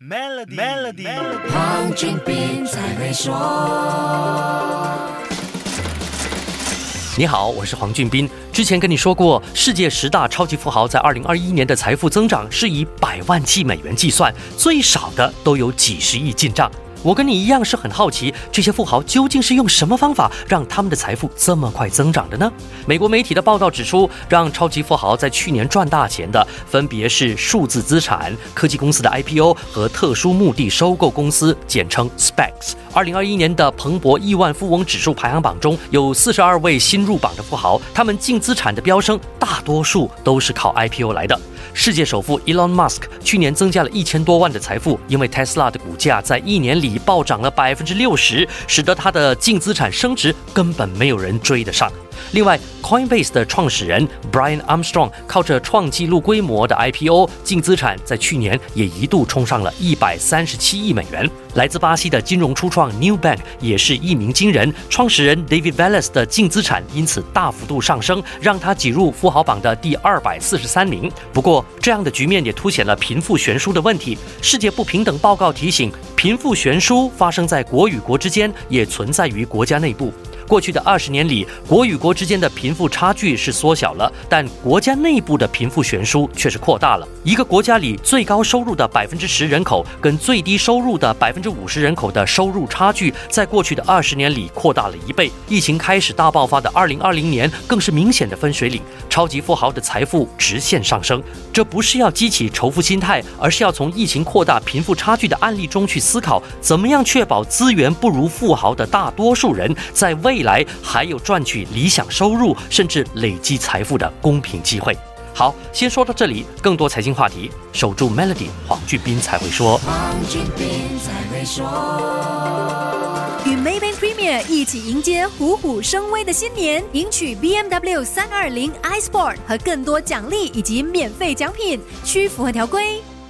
Melody， 黄俊斌才会说。 你好，我是黄俊斌。之前跟你说过，世界10大超级富豪在2021年的财富增长是以100万计美元计算，最少的都有几十亿进账。我跟你一样是很好奇，这些富豪究竟是用什么方法让他们的财富这么快增长的呢？美国媒体的报道指出，让超级富豪在去年赚大钱的分别是数字资产、科技公司的 IPO 和特殊目的收购公司，简称 SPACs。2021年的彭博亿万富翁指数排行榜中有42位新入榜的富豪，他们净资产的飙升大多数都是靠 IPO 来的。世界首富 Elon Musk 去年增加了1000多万的财富，因为 Tesla 的股价在1年里暴涨了60%，使得他的净资产升值根本没有人追得上。另外 Coinbase 的创始人 Brian Armstrong 靠着创纪录规模的 IPO， 净资产在去年也一度冲上了137亿美元。来自巴西的金融初创 Nubank 也是一鸣惊人，创始人 David Vélez 的净资产因此大幅度上升，让他挤入富豪榜的第243名。不过，这样的局面也凸显了贫富悬殊的问题。世界不平等报告提醒，贫富悬殊发生在国与国之间，也存在于国家内部。过去的20年里，国与国之间的贫富差距是缩小了，但国家内部的贫富悬殊却是扩大了。一个国家里最高收入的10%人口跟最低收入的50%人口的收入差距，在过去的20年里扩大了1倍。疫情开始大爆发的2020年更是明显的分水岭，超级富豪的财富直线上升。这不是要激起仇富心态，而是要从疫情扩大贫富差距的案例中去思考，怎么样确保资源不如富豪的大多数人在未来还有赚取理想收入甚至累积财富的公平机会。好，先说到这里，更多财经话题守住 Melody， 黄俊斌才会说。 黄俊斌才会说。 与 Maybank Premier 一起迎接虎虎生威的新年，赢取 BMW 320 iSport 和更多奖励以及免费奖品，需符合条规。